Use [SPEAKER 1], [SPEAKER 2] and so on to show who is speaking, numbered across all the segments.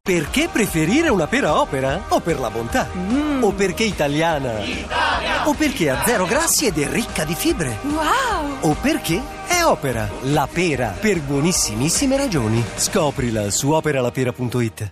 [SPEAKER 1] Perché preferire una pera Opera? O per la bontà? O perché italiana? Italia! O perché ha 0 grassi ed è ricca di fibre?
[SPEAKER 2] Wow!
[SPEAKER 1] O perché è Opera, la pera, per buonissimissime ragioni. Scoprila su operalapera.it.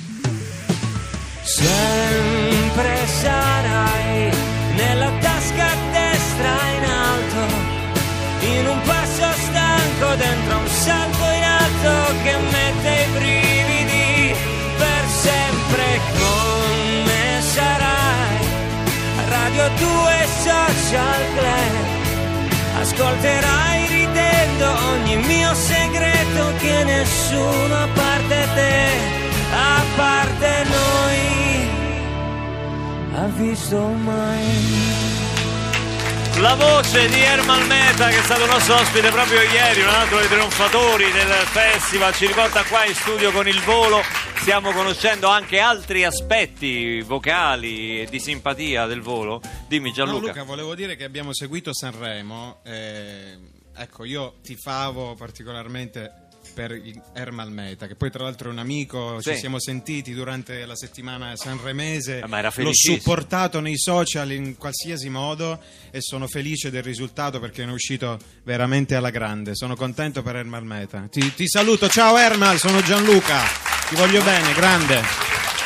[SPEAKER 3] Sempre sarai nella tasca destra in alto, in un passo stanco dentro un salto in alto che mette i brividi per sempre. Come sarai a Radio 2 Social Club, ascolterai ridendo ogni mio segreto che nessuno a parte te, a parte noi, ha visto mai. La voce di Ermal Meta, che è stato nostro ospite proprio ieri, un altro dei trionfatori del festival, ci riporta qua in studio con il volo. Stiamo conoscendo anche altri aspetti vocali e di simpatia del volo. Dimmi Gianluca.
[SPEAKER 4] No, Luca, volevo dire che abbiamo seguito Sanremo. Ecco, io tifavo particolarmente per Ermal Meta, che poi tra l'altro è un amico,
[SPEAKER 3] sì.
[SPEAKER 4] Ci siamo sentiti durante la settimana sanremese,
[SPEAKER 3] ma era
[SPEAKER 4] l'ho supportato nei social in qualsiasi modo e sono felice del risultato perché è uscito veramente alla grande. Sono contento per Ermal Meta. Ti saluto, ciao Ermal, sono Gianluca, ti voglio bene, grande.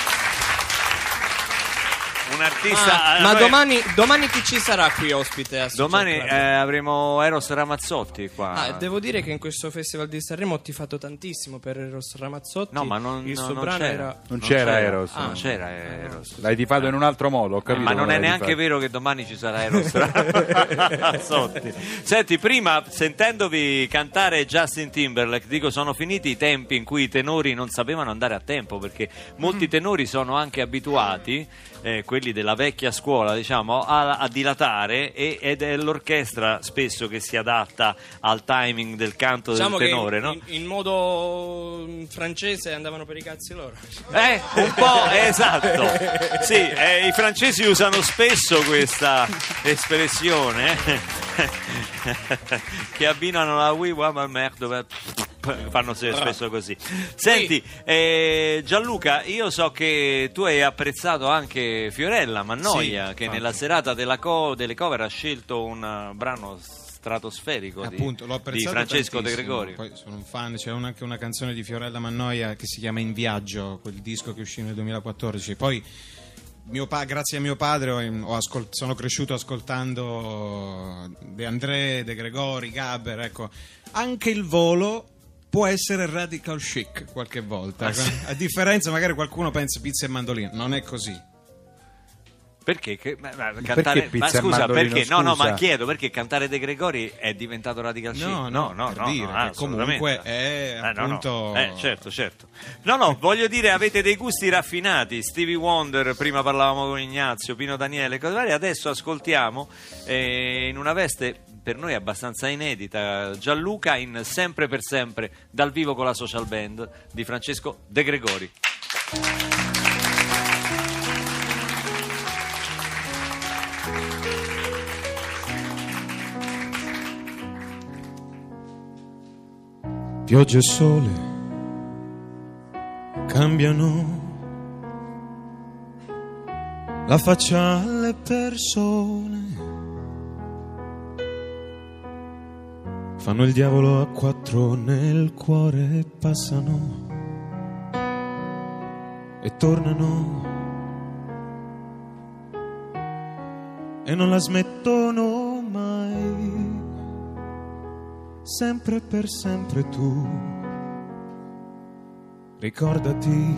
[SPEAKER 3] Un artista.
[SPEAKER 5] Ma domani chi ci sarà qui ospite a
[SPEAKER 3] Domani avremo Eros Ramazzotti qua.
[SPEAKER 5] Devo dire che in questo festival di Sanremo ho tifato tantissimo per Eros Ramazzotti.
[SPEAKER 3] No, ma il suo brano
[SPEAKER 5] era.
[SPEAKER 6] Non c'era Eros.
[SPEAKER 3] Non c'era Eros.
[SPEAKER 6] L'hai tifato in un altro modo, ho capito.
[SPEAKER 3] Ma non è neanche vero che domani ci sarà Eros Ramazzotti. Senti, prima sentendovi cantare Justin Timberlake, dico, sono finiti i tempi in cui i tenori non sapevano andare a tempo, perché molti tenori sono anche abituati, quelli della vecchia scuola, diciamo, a dilatare, ed è l'orchestra spesso che si adatta al timing del canto, diciamo, del tenore, no?
[SPEAKER 5] In modo francese andavano per i cazzi loro.
[SPEAKER 3] Un po', esatto. Sì, i francesi usano spesso questa espressione che abbinano la oui, ouais, ma merde, fanno spesso così. Senti, Gianluca, io so che tu hai apprezzato anche Fiorella Mannoia, che nella serata delle cover ha scelto un brano stratosferico
[SPEAKER 4] Appunto, l'ho
[SPEAKER 3] di Francesco De
[SPEAKER 4] tantissimo.
[SPEAKER 3] Gregorio.
[SPEAKER 4] Poi sono un fan, c'è anche una canzone di Fiorella Mannoia che si chiama In Viaggio, quel disco che uscì nel 2014. Poi grazie a mio padre sono cresciuto ascoltando De André, De Gregori, Gabber, ecco. Anche il volo può essere radical chic qualche volta, a differenza, magari qualcuno pensa pizza e mandolino, non è così.
[SPEAKER 3] Perché?
[SPEAKER 6] Perché pizza
[SPEAKER 3] ma scusa,
[SPEAKER 6] e mandolino,
[SPEAKER 3] perché?
[SPEAKER 6] scusa.
[SPEAKER 3] No, ma chiedo, perché cantare De Gregori è diventato radical chic?
[SPEAKER 4] No, per dire che comunque è appunto...
[SPEAKER 3] Certo. No, voglio dire, avete dei gusti raffinati. Stevie Wonder, prima parlavamo con Ignazio, Pino Daniele, cose varie. Adesso ascoltiamo in una veste per noi abbastanza inedita, Gianluca in Sempre per sempre, dal vivo con la social band di Francesco De Gregori.
[SPEAKER 4] Pioggia e sole cambiano la faccia alle persone, fanno il diavolo a 4 nel cuore e passano e tornano e non la smettono mai. Sempre per sempre tu, ricordati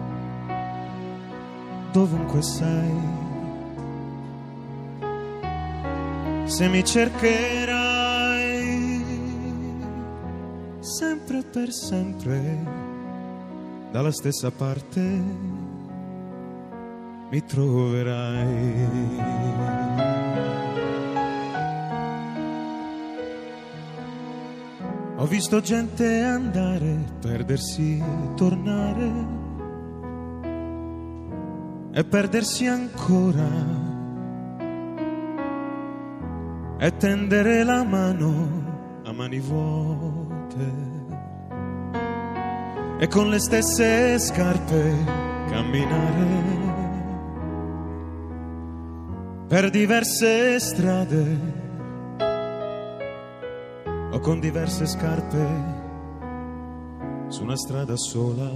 [SPEAKER 4] dovunque sei, se mi cercherai, sempre per sempre, dalla stessa parte mi troverai. Ho visto gente andare, perdersi, tornare e perdersi ancora e tendere la mano a mani vuote.
[SPEAKER 2] e con le stesse scarpe camminare per diverse strade o con diverse scarpe su una strada sola.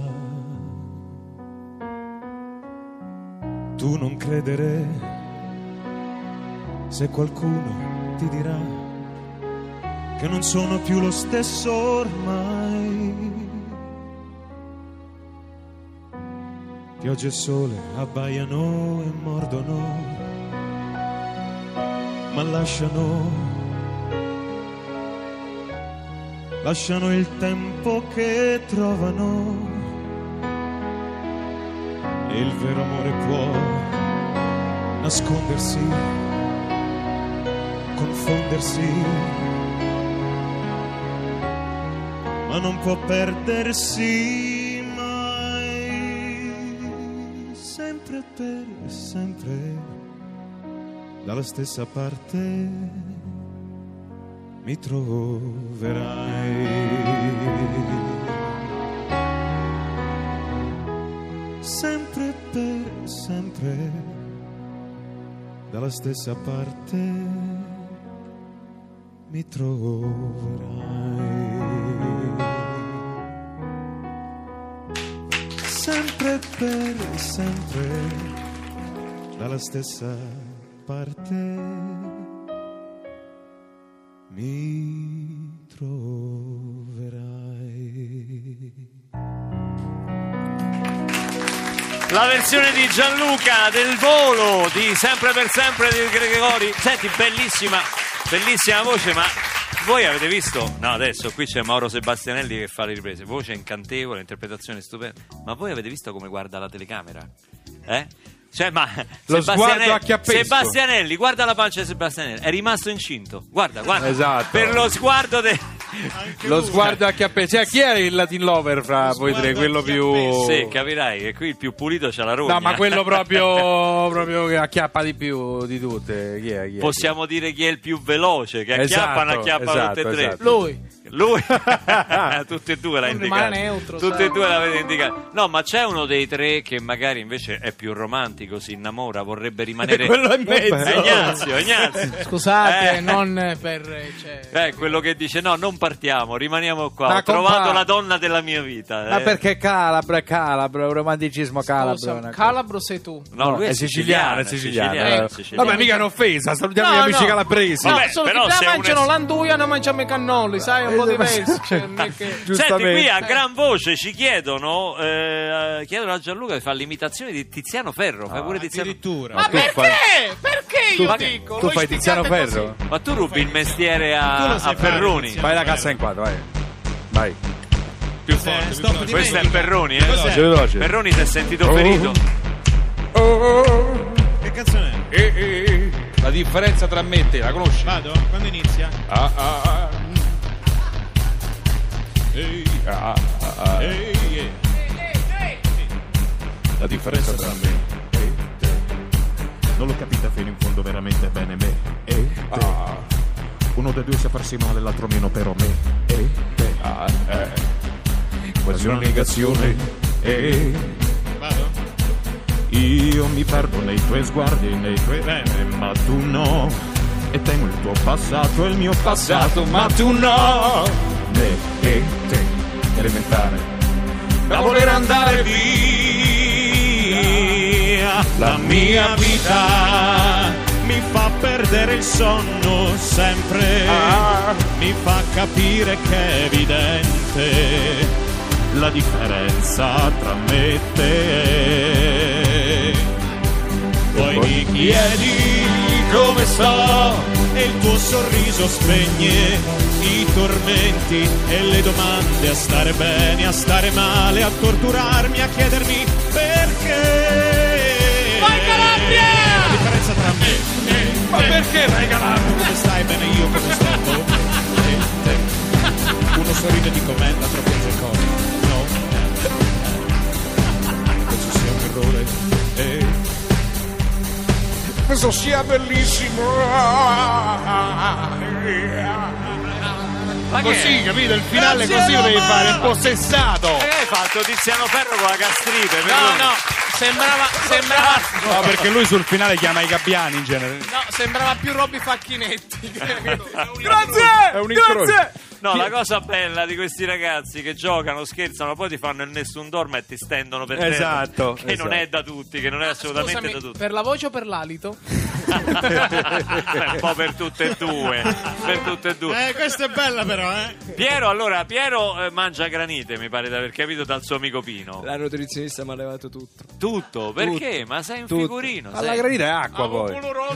[SPEAKER 2] Tu non credere se qualcuno ti dirà che non sono più lo stesso ormai. Pioggia e sole abbaiano e mordono, ma lasciano il tempo che trovano. E il vero amore può nascondersi, confondersi, ma non può perdersi mai. Sempre per sempre dalla stessa parte mi troverai. Sempre per sempre dalla stessa parte mi troverai. Sempre per sempre dalla stessa parte mi troverai.
[SPEAKER 7] La versione di Gianluca del Volo di Sempre per sempre di Gregori. Senti, bellissima voce, ma voi avete visto? No, adesso qui c'è Mauro Sebastianelli che fa le riprese, voce incantevole, interpretazione stupenda. Ma voi avete visto come guarda la telecamera? Cioè, ma
[SPEAKER 6] lo sguardo a chiappesco.
[SPEAKER 7] Sebastianelli, guarda la pancia di Sebastianelli, è rimasto incinto. Guarda.
[SPEAKER 6] Esatto.
[SPEAKER 7] Per lo sguardo
[SPEAKER 6] lo sguardo a chiappesco. Cioè, chi è il Latin lover fra voi tre? Quello più...
[SPEAKER 7] Sì, capirai che qui il più pulito c'ha la rogna.
[SPEAKER 6] No, ma quello proprio che acchiappa di più di tutte. Chi è?
[SPEAKER 7] Possiamo dire chi è il più veloce, che acchiappano tutte e tre.
[SPEAKER 6] Esatto.
[SPEAKER 7] Lui tutte e due l'ha indicato.
[SPEAKER 5] Neutro,
[SPEAKER 7] tutte e due l'avete indicato. No, ma c'è uno dei tre che magari invece è più romantico, si innamora, vorrebbe rimanere
[SPEAKER 6] quello in mezzo.
[SPEAKER 7] Ignazio.
[SPEAKER 5] Scusate, non per
[SPEAKER 7] quello che dice no, non partiamo, rimaniamo qua.
[SPEAKER 6] Ma
[SPEAKER 7] ho trovato la donna della mia vita.
[SPEAKER 6] Ma perché calabro, un romanticismo calabro.
[SPEAKER 5] Calabro sei tu.
[SPEAKER 7] No, lui è
[SPEAKER 6] siciliano. Vabbè, mica è un'offesa, salutiamo gli amici calabresi.
[SPEAKER 5] Vabbè, solo però che mangiano l'anduia, non mangiamo i cannoli, sai, un po' diverso.
[SPEAKER 7] Senti, qui a gran voce ci chiedono a Gianluca di fare l'imitazione di Tiziano Ferro. Fai pure Tiziano.
[SPEAKER 4] Addirittura.
[SPEAKER 5] Ma perché? Perché io dico?
[SPEAKER 6] Tu fai Tiziano Ferro?
[SPEAKER 7] Ma tu rubi il mestiere a Ferroni.
[SPEAKER 6] Vai la cassa in quadro, vai.
[SPEAKER 7] Più forte.
[SPEAKER 4] Stop di
[SPEAKER 7] Questo
[SPEAKER 4] me.
[SPEAKER 7] è Ferroni,
[SPEAKER 6] Veloce.
[SPEAKER 7] Ferroni si è sentito ferito.
[SPEAKER 4] Che canzone è?
[SPEAKER 6] La differenza tra me e te, la conosci?
[SPEAKER 4] Vado? Quando inizia?
[SPEAKER 2] La differenza tra me e te non l'ho capita fino in fondo veramente bene, me e te. Uno dei due sa farsi male, l'altro meno, però me e te. Quasi una negazione e
[SPEAKER 4] Vado?
[SPEAKER 2] io mi perdo nei tuoi sguardi, nei tuoi ma tu no. E temo il tuo passato e il mio passato, ma tu no. Me e te, elementare, da voler andare via. La mia vita mi fa perdere il sonno sempre, mi fa capire che è evidente la differenza tra me e te. Poi mi chiedi come sto e il tuo sorriso spegne i tormenti e le domande, a stare bene, a stare male, a torturarmi, a chiedermi perché.
[SPEAKER 5] Vai Calabria!
[SPEAKER 2] La differenza tra me e te. Ma perché vai Calabria? Come stai bene, io come sto? E te. Uno sorride di commenta, troppo cose. No. Penso sia un errore. Penso sia bellissimo.
[SPEAKER 7] Ma
[SPEAKER 6] così, capito? Il finale così lo devi fare, impossessato.
[SPEAKER 7] fatto Tiziano Ferro con la castripe?
[SPEAKER 5] No, sembrava
[SPEAKER 6] No, perché lui sul finale chiama i gabbiani in genere.
[SPEAKER 5] no, sembrava più Robby Facchinetti.
[SPEAKER 6] È un incrocio.
[SPEAKER 7] No, la cosa bella di questi ragazzi che giocano, scherzano, poi ti fanno il nessun dorma e ti stendono per terra.
[SPEAKER 6] Esatto,
[SPEAKER 7] Che non è da tutti, che non è assolutamente
[SPEAKER 5] Scusami,
[SPEAKER 7] da tutti.
[SPEAKER 5] per la voce o per l'alito?
[SPEAKER 7] Un po' per tutte e due. Per tutte e due.
[SPEAKER 4] Questa è bella però,
[SPEAKER 7] Piero mangia granite, mi pare di aver capito dal suo amico Pino.
[SPEAKER 5] La nutrizionista mi ha levato tutto.
[SPEAKER 7] Tutto? Perché? Ma sei un figurino.
[SPEAKER 6] Alla
[SPEAKER 7] sei.
[SPEAKER 6] granita è acqua poi.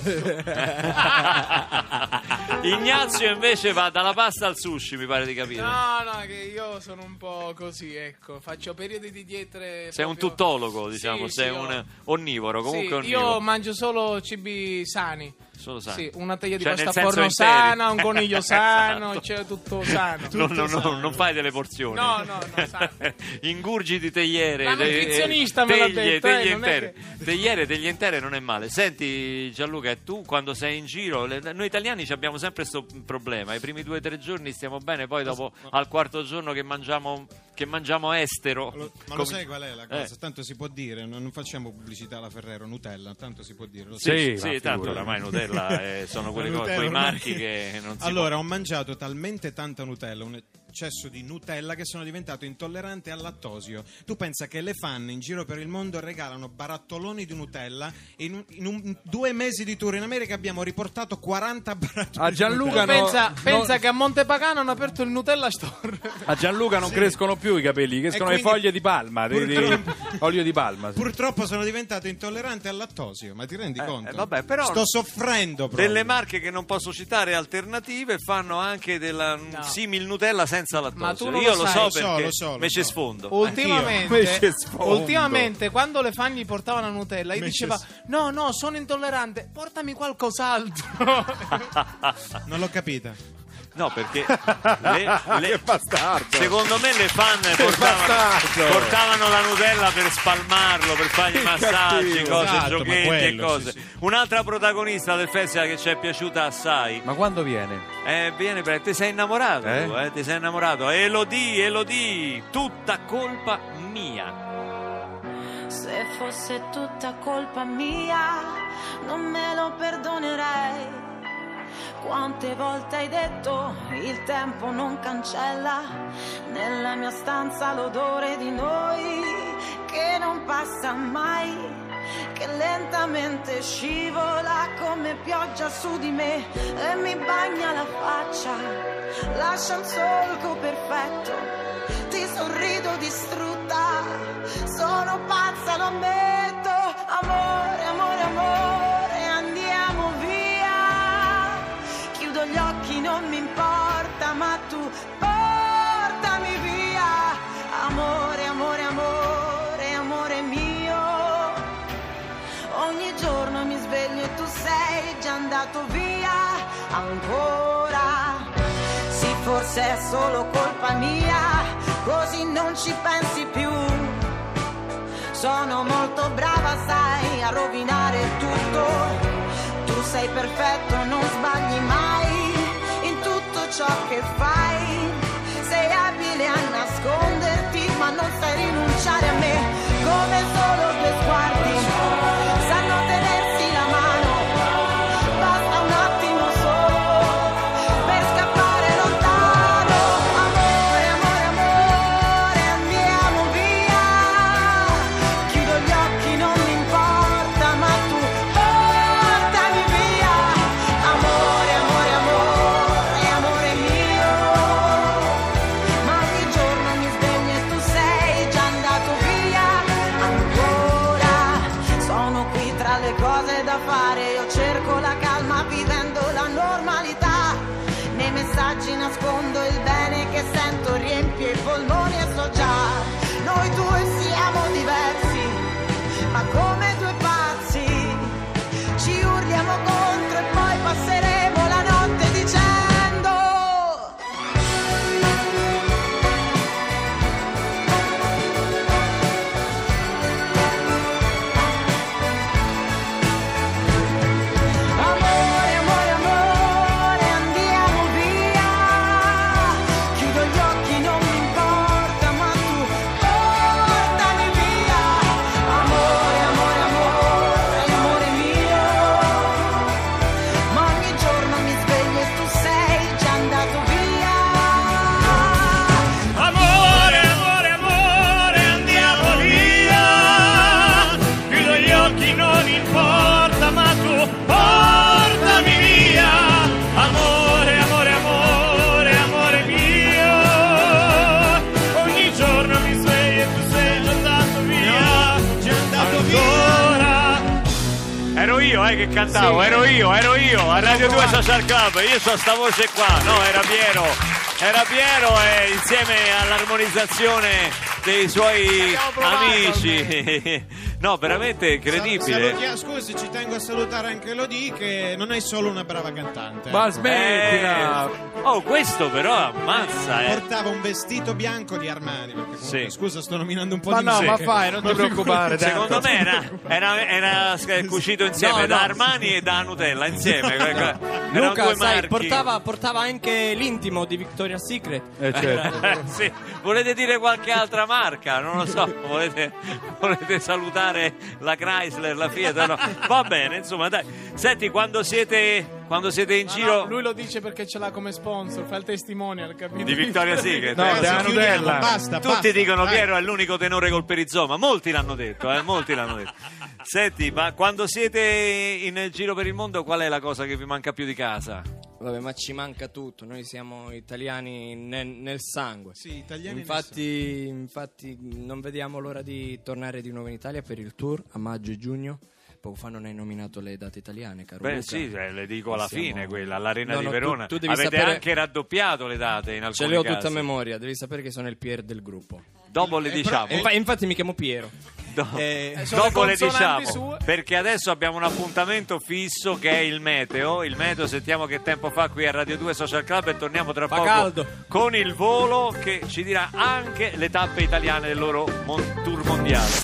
[SPEAKER 7] Ignazio invece va dalla pasta al sushi, mi pare di capire.
[SPEAKER 5] No, che io sono un po' così, ecco. Faccio periodi di diete.
[SPEAKER 7] Sei un
[SPEAKER 5] proprio-
[SPEAKER 7] tuttologo, diciamo,
[SPEAKER 5] Sì,
[SPEAKER 7] sei
[SPEAKER 5] sì,
[SPEAKER 7] un onnivoro, comunque
[SPEAKER 5] sì,
[SPEAKER 7] onnivoro.
[SPEAKER 5] io mangio solo cibi sani.
[SPEAKER 7] Solo sani.
[SPEAKER 5] Sì, una teglia di
[SPEAKER 7] Cioè,
[SPEAKER 5] pasta
[SPEAKER 7] nel
[SPEAKER 5] a
[SPEAKER 7] senso
[SPEAKER 5] forno
[SPEAKER 7] interi.
[SPEAKER 5] sana, un coniglio sano,
[SPEAKER 7] Esatto.
[SPEAKER 5] c'è tutto sano.
[SPEAKER 7] Non fai delle porzioni.
[SPEAKER 5] No, sano.
[SPEAKER 7] Ingurgi di tegliere.
[SPEAKER 5] La nutrizionista me l'ha detto,
[SPEAKER 7] teglie
[SPEAKER 5] non è
[SPEAKER 7] intere. Teglie intere non è male. Senti Gianluca, e tu quando sei in giro, noi italiani abbiamo sempre questo problema. I primi 2 o 3 giorni stiamo bene, poi dopo al quarto giorno che mangiamo estero.
[SPEAKER 4] Ma lo sai qual è la cosa? Tanto si può dire, non facciamo pubblicità alla Ferrero, Nutella, tanto si può dire. Lo sai.
[SPEAKER 6] Sì,
[SPEAKER 7] Tanto oramai Nutella sono quelle cose, quei marchi che non si
[SPEAKER 4] Allora, ho mangiato talmente tanta Nutella, un eccesso di Nutella, che sono diventato intollerante al lattosio. Tu pensa che le fan in giro per il mondo regalano barattoloni di Nutella e in 2 mesi di tour in America abbiamo riportato 40 barattoloni.
[SPEAKER 6] A Gianluca
[SPEAKER 4] di Nutella.
[SPEAKER 5] Pensa che a Montepagano hanno aperto il Nutella Store.
[SPEAKER 6] A Gianluca non crescono più i capelli, crescono le
[SPEAKER 4] quindi-
[SPEAKER 6] foglie di palma, olio di palma. Sì.
[SPEAKER 4] Purtroppo sono diventato intollerante al lattosio, ma ti rendi conto?
[SPEAKER 7] vabbè, però
[SPEAKER 4] sto soffrendo proprio.
[SPEAKER 7] delle marche che non posso citare alternative fanno anche della simil Nutella senza lattosio.
[SPEAKER 5] Ma tu non
[SPEAKER 7] Io
[SPEAKER 5] lo
[SPEAKER 7] lo
[SPEAKER 5] sai.
[SPEAKER 7] so perché
[SPEAKER 4] Lo so.
[SPEAKER 7] me sfondo.
[SPEAKER 6] Invece sfondo.
[SPEAKER 5] Ultimamente, quando le fan gli portavano Nutella, gli
[SPEAKER 4] Invece
[SPEAKER 5] diceva: no, sono intollerante, portami qualcos'altro.
[SPEAKER 4] Non l'ho capita.
[SPEAKER 7] No, perché
[SPEAKER 6] Che bastardo.
[SPEAKER 7] secondo me le fan
[SPEAKER 6] bastardo.
[SPEAKER 7] portavano la Nutella per spalmarlo, per fargli massaggi,
[SPEAKER 6] cattivo.
[SPEAKER 7] cose,
[SPEAKER 4] Esatto,
[SPEAKER 7] giochetti
[SPEAKER 4] ma quello,
[SPEAKER 7] e cose.
[SPEAKER 4] sì, sì.
[SPEAKER 7] Un'altra protagonista del festival che ci è piaciuta assai.
[SPEAKER 6] Ma quando viene?
[SPEAKER 7] Viene per ti sei innamorato,
[SPEAKER 6] Eh?
[SPEAKER 7] tu, ti sei innamorato. Elodie, tutta colpa mia.
[SPEAKER 8] Se fosse tutta colpa mia, non me lo perdonerei. Quante volte hai detto il tempo non cancella, nella mia stanza l'odore di noi che non passa mai, che lentamente scivola come pioggia su di me e mi bagna la faccia, lascia un solco perfetto, ti sorrido distrutta, sono pazza, lo ammetto, amore, amore, amore, andiamo via, chiudo gli occhi, non mi importa, ma tu portami via, amore, amore, amore, amore mio, ogni giorno mi sveglio e tu sei già andato via, ancora, sì, forse è solo colpa mia, così non ci pensi più, sono molto brava, sai, a rovinare tutto, tu sei perfetto, non sbagli mai, in tutto ciò che fai, sei abile a nasconderti, ma non sai rinunciare a me, come solo 2 sguardi, sanno tenersi la mano, basta un attimo solo, per scappare lontano, amore, amore, amore, andiamo via, chiudo gli occhi, non mi importa, ma tu portami via, amore, amore, amore, amore mio, ma ogni giorno mi sveglio e tu sei già andato via, ancora, sono qui tra le cose da fare, io cerco la calma vivendo la normalità, nei messaggi nascondo il bene che sento, riempie i polmoni e so già, noi 2 siamo diversi, ma come 2 pazzi, ci urliamo contro e poi passeremo la notte dicendo amore, amore, amore, andiamo via, chiudo gli occhi, non mi importa,
[SPEAKER 7] io che cantavo,
[SPEAKER 3] Sì.
[SPEAKER 7] ero io a Radio 2 Social Club, io so sta voce qua, no, era Piero e insieme all'armonizzazione dei suoi
[SPEAKER 5] Abbiamo provato,
[SPEAKER 7] amici. No, veramente incredibile.
[SPEAKER 4] Scusi, ci tengo a salutare anche Lodi, che non è solo una brava cantante.
[SPEAKER 6] Ma smettila!
[SPEAKER 7] Oh, questo però ammazza,
[SPEAKER 4] Portava un vestito bianco di Armani. Perché comunque,
[SPEAKER 7] Sì.
[SPEAKER 4] scusa, sto nominando un po'
[SPEAKER 6] Ma
[SPEAKER 4] di
[SPEAKER 6] no,
[SPEAKER 4] musica.
[SPEAKER 6] ma fai, non ti preoccupare.
[SPEAKER 7] Secondo me era cucito insieme
[SPEAKER 3] No,
[SPEAKER 7] da
[SPEAKER 3] no.
[SPEAKER 7] Armani e da Nutella insieme. Erano
[SPEAKER 3] Luca,
[SPEAKER 7] due
[SPEAKER 3] sai,
[SPEAKER 7] marchi.
[SPEAKER 3] portava anche l'intimo di Victoria's Secret.
[SPEAKER 6] Certo.
[SPEAKER 7] Sì. Volete dire qualche altra marca? Non lo so, volete salutare la Chrysler, la Fiat? No. Va bene, insomma, dai. Senti, quando siete in giro
[SPEAKER 5] No, lui lo dice perché ce l'ha come sponsor, fa il testimonial, capito?
[SPEAKER 7] di Victoria's Secret,
[SPEAKER 6] No, della Nutella.
[SPEAKER 4] Basta,
[SPEAKER 7] tutti dicono
[SPEAKER 4] dai.
[SPEAKER 7] Piero è l'unico tenore col perizoma, molti l'hanno detto. Senti, ma quando siete in giro per il mondo, qual è la cosa che vi manca più di casa?
[SPEAKER 3] Vabbè, ma ci manca tutto, noi siamo italiani nel sangue.
[SPEAKER 4] Sì, italiani
[SPEAKER 3] Infatti non vediamo l'ora di tornare di nuovo in Italia per il tour a maggio e giugno. Poco fa non hai nominato le date italiane, caro
[SPEAKER 7] Beh
[SPEAKER 3] Luca.
[SPEAKER 7] sì, le dico alla
[SPEAKER 3] Siamo-
[SPEAKER 7] fine quella, all'Arena
[SPEAKER 3] No,
[SPEAKER 7] di
[SPEAKER 3] no,
[SPEAKER 7] Verona.
[SPEAKER 3] tu devi
[SPEAKER 7] Avete
[SPEAKER 3] sapere-
[SPEAKER 7] anche raddoppiato le date in alcuni
[SPEAKER 3] Ce le ho
[SPEAKER 7] casi.
[SPEAKER 3] tutte a memoria, devi sapere che sono il PR del gruppo.
[SPEAKER 7] Dopo le diciamo.
[SPEAKER 3] Infatti mi chiamo Piero.
[SPEAKER 5] sono
[SPEAKER 7] Dopo
[SPEAKER 5] le
[SPEAKER 7] le
[SPEAKER 5] consonanti
[SPEAKER 7] diciamo
[SPEAKER 5] sue.
[SPEAKER 7] perché adesso abbiamo un appuntamento fisso che è il meteo. Sentiamo che tempo fa qui a Radio 2 Social Club e torniamo tra
[SPEAKER 3] Fa
[SPEAKER 7] poco
[SPEAKER 3] caldo.
[SPEAKER 7] con il volo che ci dirà anche le tappe italiane del loro tour mondiale.